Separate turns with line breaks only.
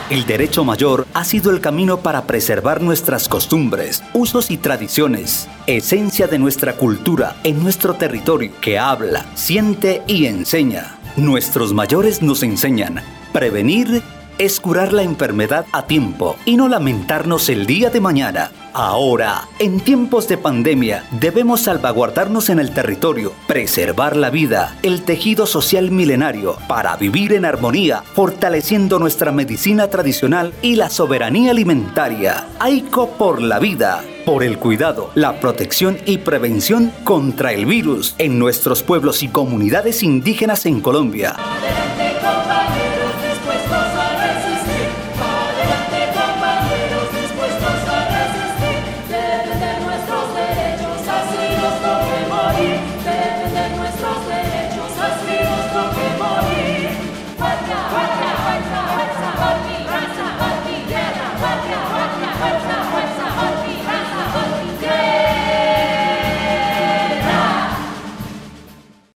El derecho mayor ha sido el camino para preservar nuestras costumbres, usos y tradiciones, esencia de nuestra cultura en nuestro territorio, que habla, siente y enseña. Nuestros mayores nos enseñan: prevenir es curar la enfermedad a tiempo y no lamentarnos el día de mañana. Ahora, en tiempos de pandemia, debemos salvaguardarnos en el territorio, preservar la vida, el tejido social milenario, para vivir en armonía, fortaleciendo nuestra medicina tradicional y la soberanía alimentaria. AICO por la vida, por el cuidado, la protección y prevención contra el virus en nuestros pueblos y comunidades indígenas en Colombia.